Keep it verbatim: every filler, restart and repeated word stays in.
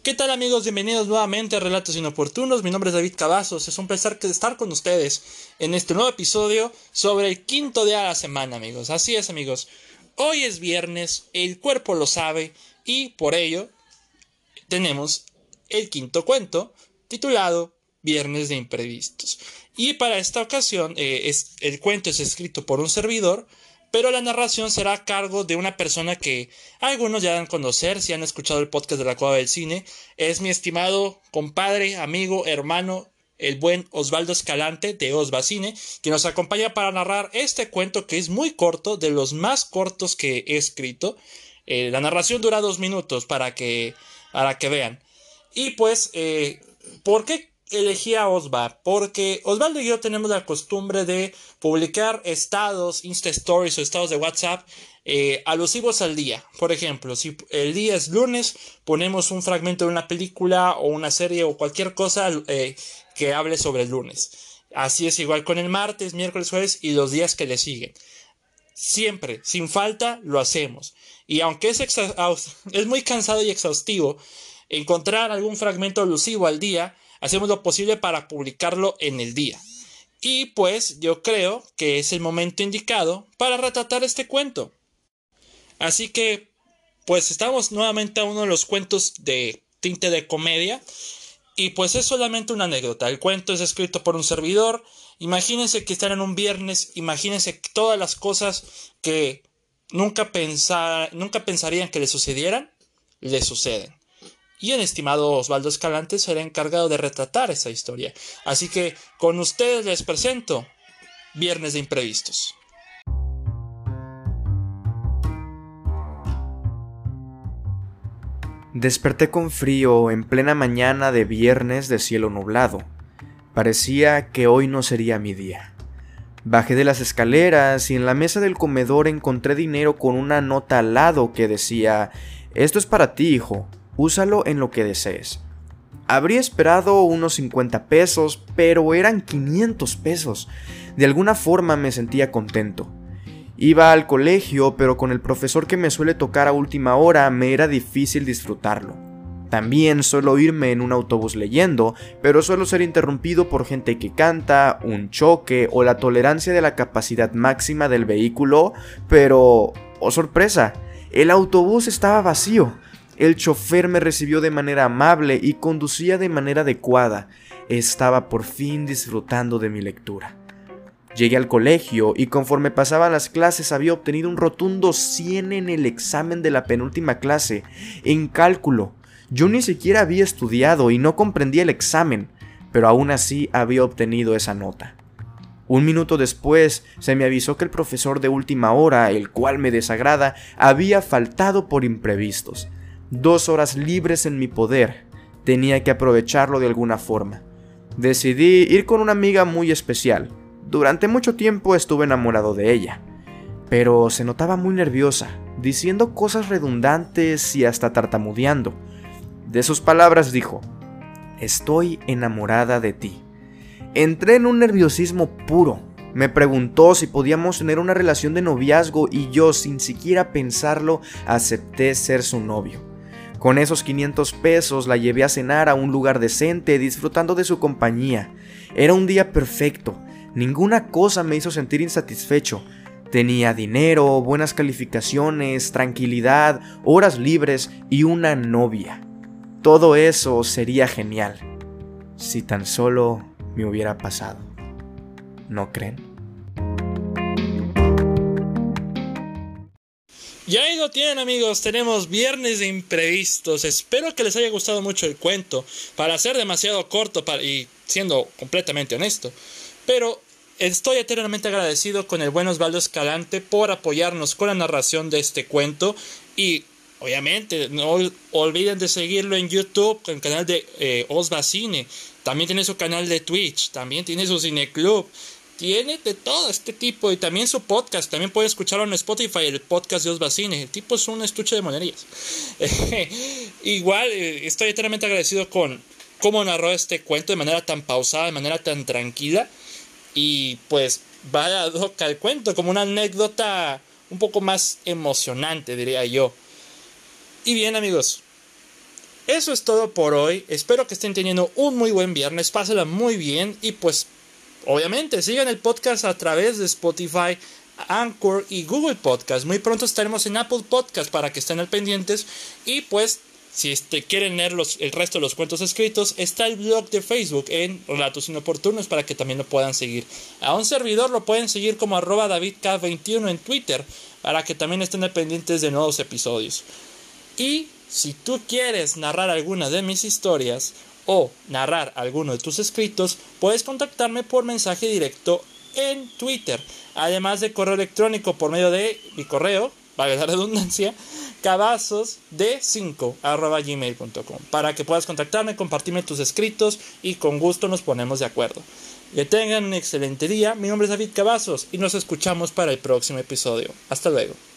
¿Qué tal, amigos? Bienvenidos nuevamente a Relatos Inoportunos. Mi nombre es David Cavazos. Es un placer estar con ustedes en este nuevo episodio sobre el quinto día de la semana, amigos. Así es, amigos. Hoy es viernes, el cuerpo lo sabe y por ello tenemos el quinto cuento titulado Viernes de Imprevistos. Y para esta ocasión eh, es, el cuento es escrito por un servidor, pero la narración será a cargo de una persona que algunos ya deben conocer si han escuchado el podcast de la Cueva del Cine. Es mi estimado compadre, amigo, hermano, el buen Osvaldo Escalante de Osvacine, que nos acompaña para narrar este cuento que es muy corto, de los más cortos que he escrito. Eh, la narración dura dos minutos para que, para que vean. Y pues, eh, ¿por qué elegí a Osva? Porque Osvaldo y yo tenemos la costumbre de publicar estados, Insta Stories o estados de WhatsApp eh, alusivos al día. Por ejemplo, si el día es lunes, ponemos un fragmento de una película o una serie o cualquier cosa eh, que hable sobre el lunes. Así es igual con el martes, miércoles, jueves y los días que le siguen. Siempre, sin falta, lo hacemos. Y aunque es, es muy cansado y exhaustivo encontrar algún fragmento alusivo al día, hacemos lo posible para publicarlo en el día. Y pues yo creo que es el momento indicado para retratar este cuento. Así que pues estamos nuevamente a uno de los cuentos de tinte de comedia. Y pues es solamente una anécdota. El cuento es escrito por un servidor. Imagínense que están en un viernes. Imagínense que todas las cosas que nunca, pensar, nunca pensarían que le sucedieran, le suceden. Y el estimado Osvaldo Escalante será encargado de retratar esa historia. Así que con ustedes les presento Viernes de Imprevistos. Desperté con frío en plena mañana de viernes de cielo nublado. Parecía que hoy no sería mi día. Bajé de las escaleras y en la mesa del comedor encontré dinero con una nota al lado que decía: «Esto es para ti, hijo. Úsalo en lo que desees». Habría esperado unos cincuenta pesos, pero eran quinientos pesos. De alguna forma me sentía contento. Iba al colegio, pero con el profesor que me suele tocar a última hora me era difícil disfrutarlo. También suelo irme en un autobús leyendo, pero suelo ser interrumpido por gente que canta, un choque o la tolerancia de la capacidad máxima del vehículo, pero, oh sorpresa, el autobús estaba vacío. El chofer me recibió de manera amable y conducía de manera adecuada. Estaba por fin disfrutando de mi lectura. Llegué al colegio y conforme pasaban las clases había obtenido un rotundo cien en el examen de la penúltima clase, en cálculo. Yo ni siquiera había estudiado y no comprendía el examen, pero aún así había obtenido esa nota. Un minuto después se me avisó que el profesor de última hora, el cual me desagrada, había faltado por imprevistos. Dos horas libres en mi poder. Tenía que aprovecharlo de alguna forma. Decidí ir con una amiga muy especial. Durante mucho tiempo estuve enamorado de ella, pero se notaba muy nerviosa, diciendo cosas redundantes y hasta tartamudeando. De sus palabras dijo: «Estoy enamorada de ti». Entré en un nerviosismo puro. Me preguntó si podíamos tener una relación de noviazgo y yo, sin siquiera pensarlo, acepté ser su novio. Con esos quinientos pesos la llevé a cenar a un lugar decente, disfrutando de su compañía. Era un día perfecto. Ninguna cosa me hizo sentir insatisfecho. Tenía dinero, buenas calificaciones, tranquilidad, horas libres y una novia. Todo eso sería genial, si tan solo me hubiera pasado. ¿No creen? Y ahí lo tienen, amigos, tenemos Viernes de Imprevistos. Espero que les haya gustado mucho el cuento, para ser demasiado corto para, y siendo completamente honesto. Pero estoy eternamente agradecido con el buen Osvaldo Escalante por apoyarnos con la narración de este cuento. Y obviamente no olviden de seguirlo en YouTube, en el canal de eh, Osvacine. También tiene su canal de Twitch, también tiene su cineclub. Tiene de todo este tipo y también su podcast. También puede escucharlo en Spotify, el podcast de Osvacine. El tipo es un estuche de monerías. Igual eh, estoy eternamente agradecido con cómo narró este cuento de manera tan pausada, de manera tan tranquila. Y pues va a doca el cuento como una anécdota un poco más emocionante, diría yo. Y bien, amigos, Eso es todo por hoy. Espero que estén teniendo un muy buen viernes. Pásenla muy bien. Y pues, obviamente, sigan el podcast a través de Spotify, Anchor y Google Podcast. Muy pronto estaremos en Apple Podcast para que estén al pendientes. Y pues, si este, quieren leer los, el resto de los cuentos escritos, está el blog de Facebook en Relatos Inoportunos para que también lo puedan seguir. A un servidor lo pueden seguir como arroba david k veintiuno en Twitter para que también estén al pendientes de nuevos episodios. Y si tú quieres narrar alguna de mis historias o narrar alguno de tus escritos, puedes contactarme por mensaje directo en Twitter, además de correo electrónico por medio de mi correo, valga la redundancia, cavazos d cinco arroba gmail punto com, para que puedas contactarme, compartirme tus escritos y con gusto nos ponemos de acuerdo. Que tengan un excelente día. Mi nombre es David Cavazos y nos escuchamos para el próximo episodio. Hasta luego.